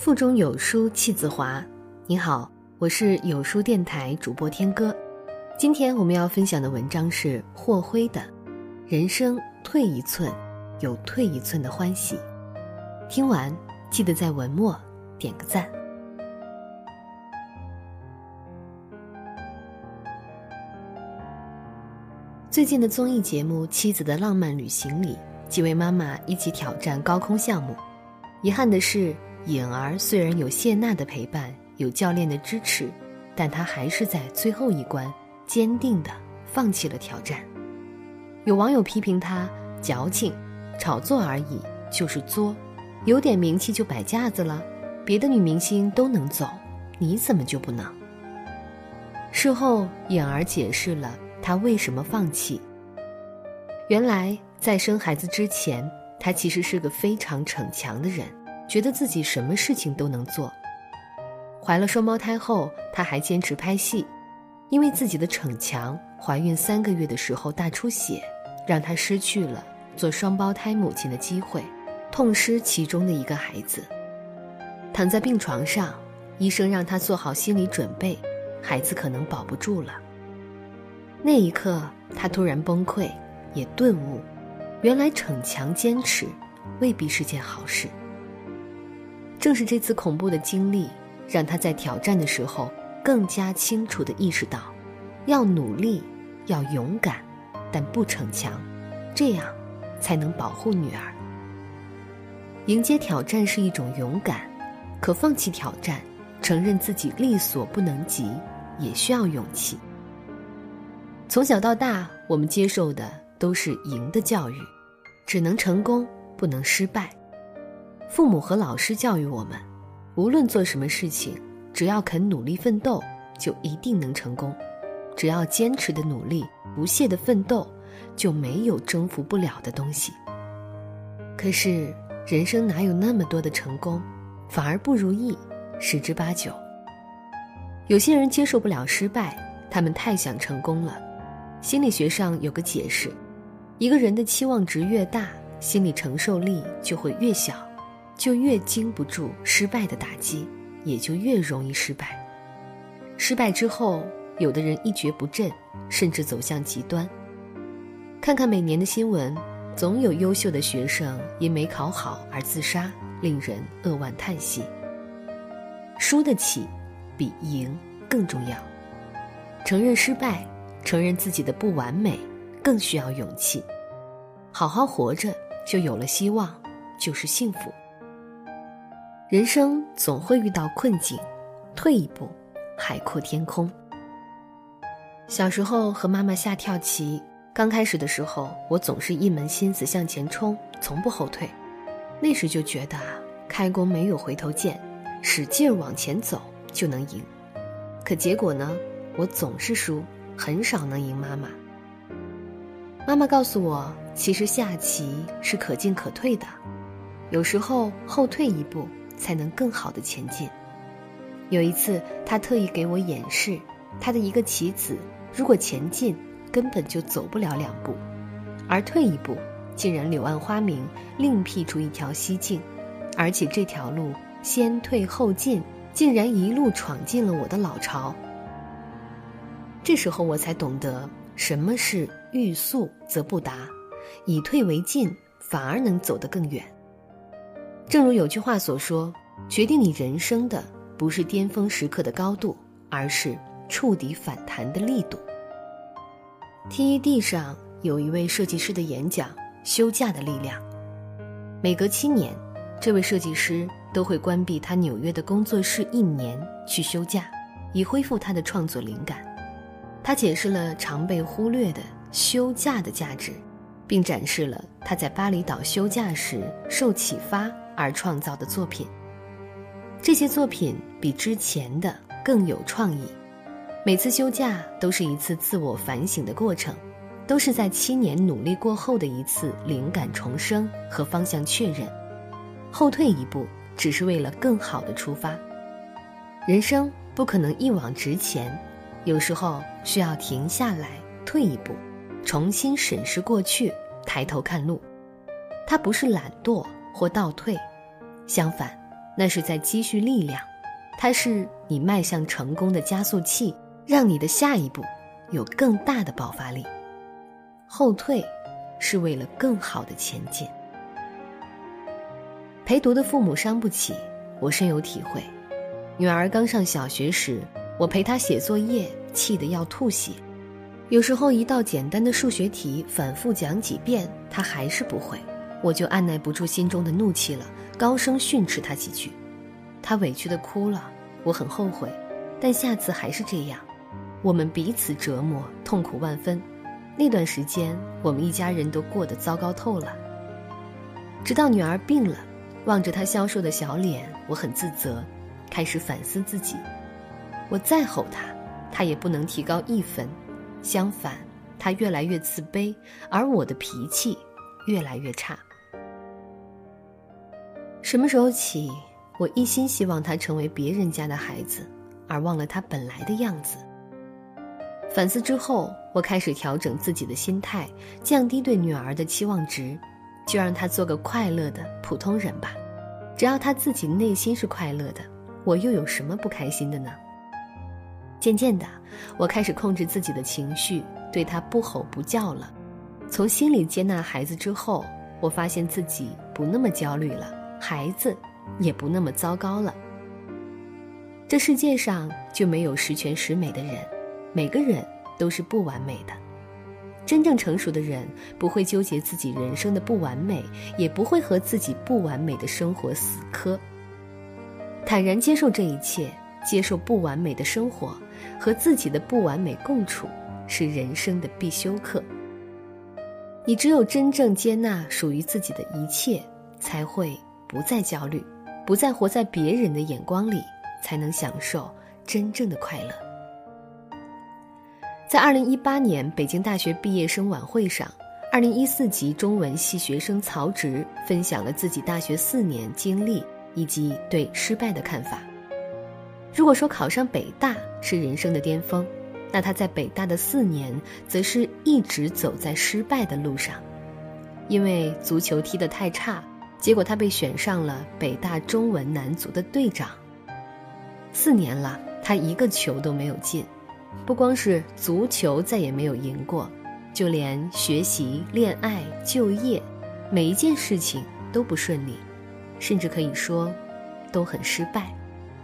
腹中有书气自华。你好，我是有书电台主播天歌。今天我们要分享的文章是霍辉的人生退一寸，有退一寸的欢喜。听完记得在文末点个赞。最近的综艺节目《妻子的浪漫旅行》里，几位妈妈一起挑战高空项目。遗憾的是，颖儿虽然有谢娜的陪伴，有教练的支持，但她还是在最后一关坚定地放弃了挑战。有网友批评她矫情，炒作而已，就是作，有点名气就摆架子了，别的女明星都能走，你怎么就不能？事后颖儿解释了她为什么放弃。原来在生孩子之前，她其实是个非常逞强的人，觉得自己什么事情都能做。怀了双胞胎后，她还坚持拍戏，因为自己的逞强，怀孕3个月的时候大出血，让她失去了做双胞胎母亲的机会，痛失其中的一个孩子。躺在病床上，医生让她做好心理准备，孩子可能保不住了。那一刻，她突然崩溃，也顿悟，原来逞强坚持未必是件好事。正是这次恐怖的经历，让她在挑战的时候更加清楚地意识到，要努力，要勇敢，但不逞强，这样才能保护女儿。迎接挑战是一种勇敢，可放弃挑战，承认自己力所不能及，也需要勇气。从小到大，我们接受的都是赢的教育，只能成功，不能失败。父母和老师教育我们，无论做什么事情，只要肯努力奋斗，就一定能成功。只要坚持的努力，不懈的奋斗，就没有征服不了的东西。可是，人生哪有那么多的成功，反而不如意，10之8九。有些人接受不了失败，他们太想成功了。心理学上有个解释，一个人的期望值越大，心理承受力就会越小，就越经不住失败的打击，也就越容易失败。失败之后，有的人一蹶不振，甚至走向极端。看看每年的新闻，总有优秀的学生因没考好而自杀，令人扼腕叹息。输得起比赢更重要。承认失败，承认自己的不完美，更需要勇气。好好活着，就有了希望，就是幸福。人生总会遇到困境，退一步，海阔天空。小时候和妈妈下跳棋，刚开始的时候，我总是一门心思向前冲，从不后退。那时就觉得开弓没有回头箭，使劲往前走就能赢。可结果呢，我总是输，很少能赢妈妈。妈妈告诉我，其实下棋是可进可退的，有时候后退一步才能更好的前进。有一次，她特意给我演示，她的一个棋子如果前进，根本就走不了2步，而退一步，竟然柳暗花明，另辟出一条西径，而且这条路先退后进，竟然一路闯进了我的老巢。这时候我才懂得，什么是欲速则不达，以退为进，反而能走得更远。正如有句话所说，决定你人生的不是巅峰时刻的高度，而是触底反弹的力度。TED 上有一位设计师的演讲，休假的力量。每隔7年，这位设计师都会关闭他纽约的工作室1年去休假，以恢复他的创作灵感。他解释了常被忽略的休假的价值，并展示了他在巴厘岛休假时受启发而创造的作品。这些作品比之前的更有创意，每次休假都是一次自我反省的过程，都是在7年努力过后的一次灵感重生和方向确认。后退一步，只是为了更好的出发。人生不可能一往直前，有时候需要停下来，退一步，重新审视过去，抬头看路。它不是懒惰或倒退，相反， 那是在积蓄力量，它是你迈向成功的加速器，让你的下一步有更大的爆发力。后退是为了更好的前进。陪读的父母伤不起，我深有体会。女儿刚上小学时，我陪她写作业，气得要吐血。有时候一道简单的数学题反复讲几遍，她还是不会，我就按耐不住心中的怒气了，高声训斥她几句。她委屈地哭了，我很后悔，但下次还是这样。我们彼此折磨，痛苦万分。那段时间，我们一家人都过得糟糕透了。直到女儿病了，望着她消瘦的小脸，我很自责，开始反思自己。我再吼她，她也不能提高1分，相反，她越来越自卑，而我的脾气越来越差。什么时候起，我一心希望她成为别人家的孩子，而忘了她本来的样子。反思之后，我开始调整自己的心态，降低对女儿的期望值，就让她做个快乐的普通人吧。只要她自己内心是快乐的，我又有什么不开心的呢？渐渐的，我开始控制自己的情绪，对她不吼不叫了。从心里接纳孩子之后，我发现自己不那么焦虑了，孩子也不那么糟糕了。这世界上就没有十全十美的人，每个人都是不完美的。真正成熟的人不会纠结自己人生的不完美，也不会和自己不完美的生活死磕。坦然接受这一切，接受不完美的生活，和自己的不完美共处，是人生的必修课。你只有真正接纳属于自己的一切，才会不再焦虑，不再活在别人的眼光里，才能享受真正的快乐。在2018年北京大学毕业生晚会上，2014级中文系学生曹植分享了自己大学4年经历以及对失败的看法。如果说考上北大是人生的巅峰，那他在北大的4年则是一直走在失败的路上。因为足球踢得太差，结果他被选上了北大中文男足的队长。4年了，他一个球都没有进。不光是足球再也没有赢过，就连学习、恋爱、就业，每一件事情都不顺利，甚至可以说都很失败。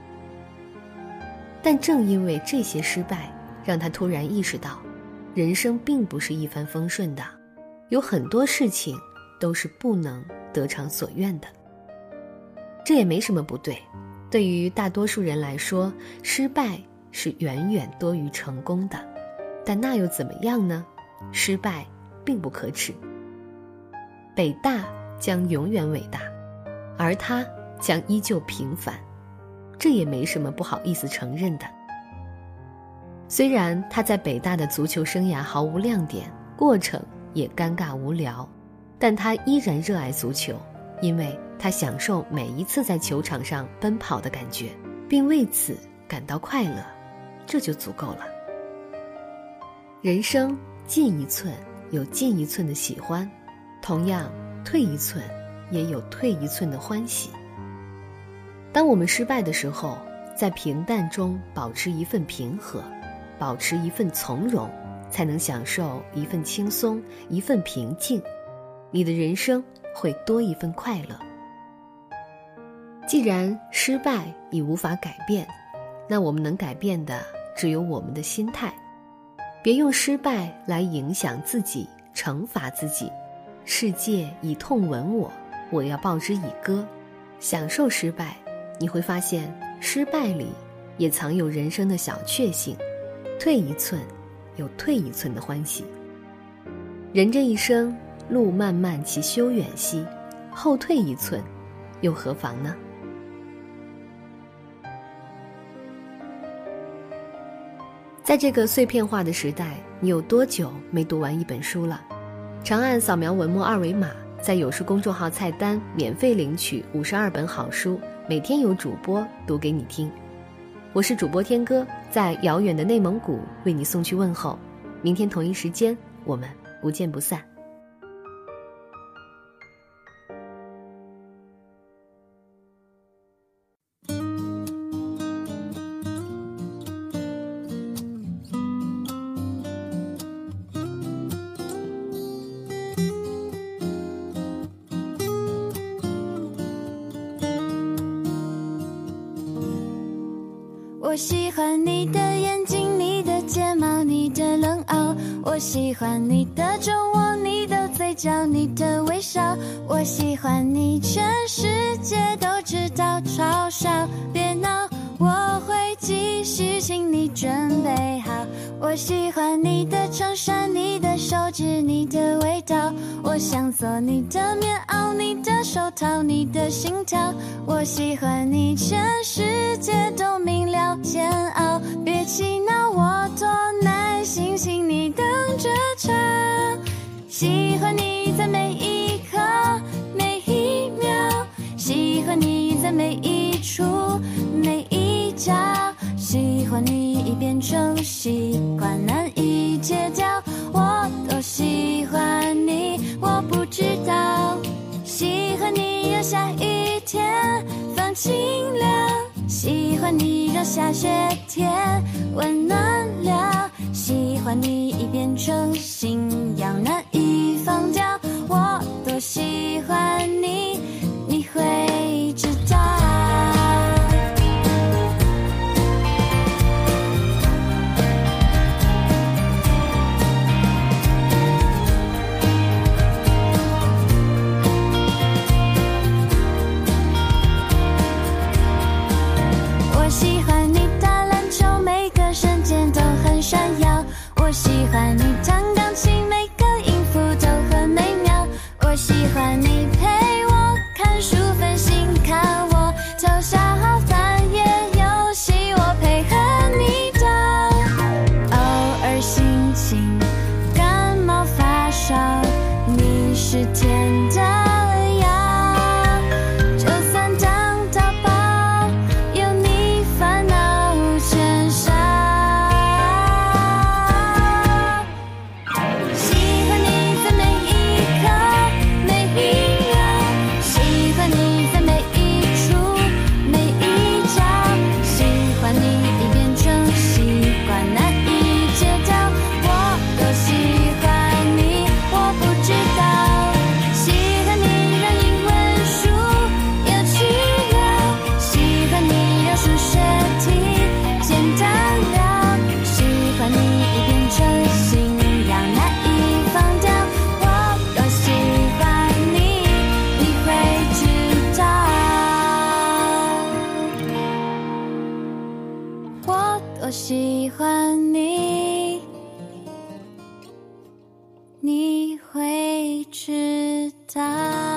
但正因为这些失败，让他突然意识到，人生并不是一帆风顺的，有很多事情都是不能得偿所愿的。这也没什么不对，对于大多数人来说，失败是远远多于成功的，但那又怎么样呢？失败并不可耻。北大将永远伟大，而他将依旧平凡，这也没什么不好意思承认的。虽然他在北大的足球生涯毫无亮点，过程也尴尬无聊，但他依然热爱足球，因为他享受每一次在球场上奔跑的感觉，并为此感到快乐，这就足够了。人生进一寸有进一寸的喜欢，同样退一寸也有退一寸的欢喜。当我们失败的时候，在平淡中保持一份平和，保持一份从容，才能享受一份轻松，一份平静，你的人生会多一份快乐。既然失败已无法改变，那我们能改变的只有我们的心态。别用失败来影响自己，惩罚自己。世界以痛吻我，我要报之以歌。享受失败，你会发现失败里也藏有人生的小确幸。退一寸有退一寸的欢喜。人这一生，路漫漫其修远兮，后退一寸又何妨呢？在这个碎片化的时代，你有多久没读完一本书了？长按扫描文末2维码，在有书公众号菜单免费领取52本好书，每天有主播读给你听。我是主播天歌，在遥远的内蒙古为你送去问候。明天同一时间，我们不见不散。 喜欢你的眼睛，你的睫毛，你的冷傲，我喜欢你的酒窝，你的嘴角，你的微笑，我喜欢你全世界都知道，嘲笑别闹，我会继续，请你准备好。我喜欢你的衬衫，你的手指，你的味道，我想做你的棉袄，你的手套，你的心跳，我喜欢你全世界都明了，煎熬别气恼，我多耐心，请你等着瞧。喜欢你在每一刻每一秒，喜欢你在每一处每一角，喜欢你已变成习惯，难以戒掉，我多喜欢你，我不知道。喜欢你让下雨天放晴了，喜欢你让下雪天温暖了，喜欢你已变成信仰，难以放掉，我多喜欢你，你会知道。我喜欢你打篮球，每个瞬间都很闪耀，我喜欢你弹钢琴，每个音符都很美妙，我喜欢你陪我看书分心，看我偷笑翻页游戏，我配合你的，偶尔心情感冒发烧，你是甜的药，就算当到宝有你烦恼减少。喜欢你在每一刻每一秒，喜欢你在每一处每一角，喜欢你已变成习惯，难以戒掉，我多喜欢你，我不知道。喜欢你让英文书有趣了，喜欢你让数学题简单了，喜欢你已变成信仰，难以放掉，我多喜欢你，你会知道。我多喜欢你，你会知道。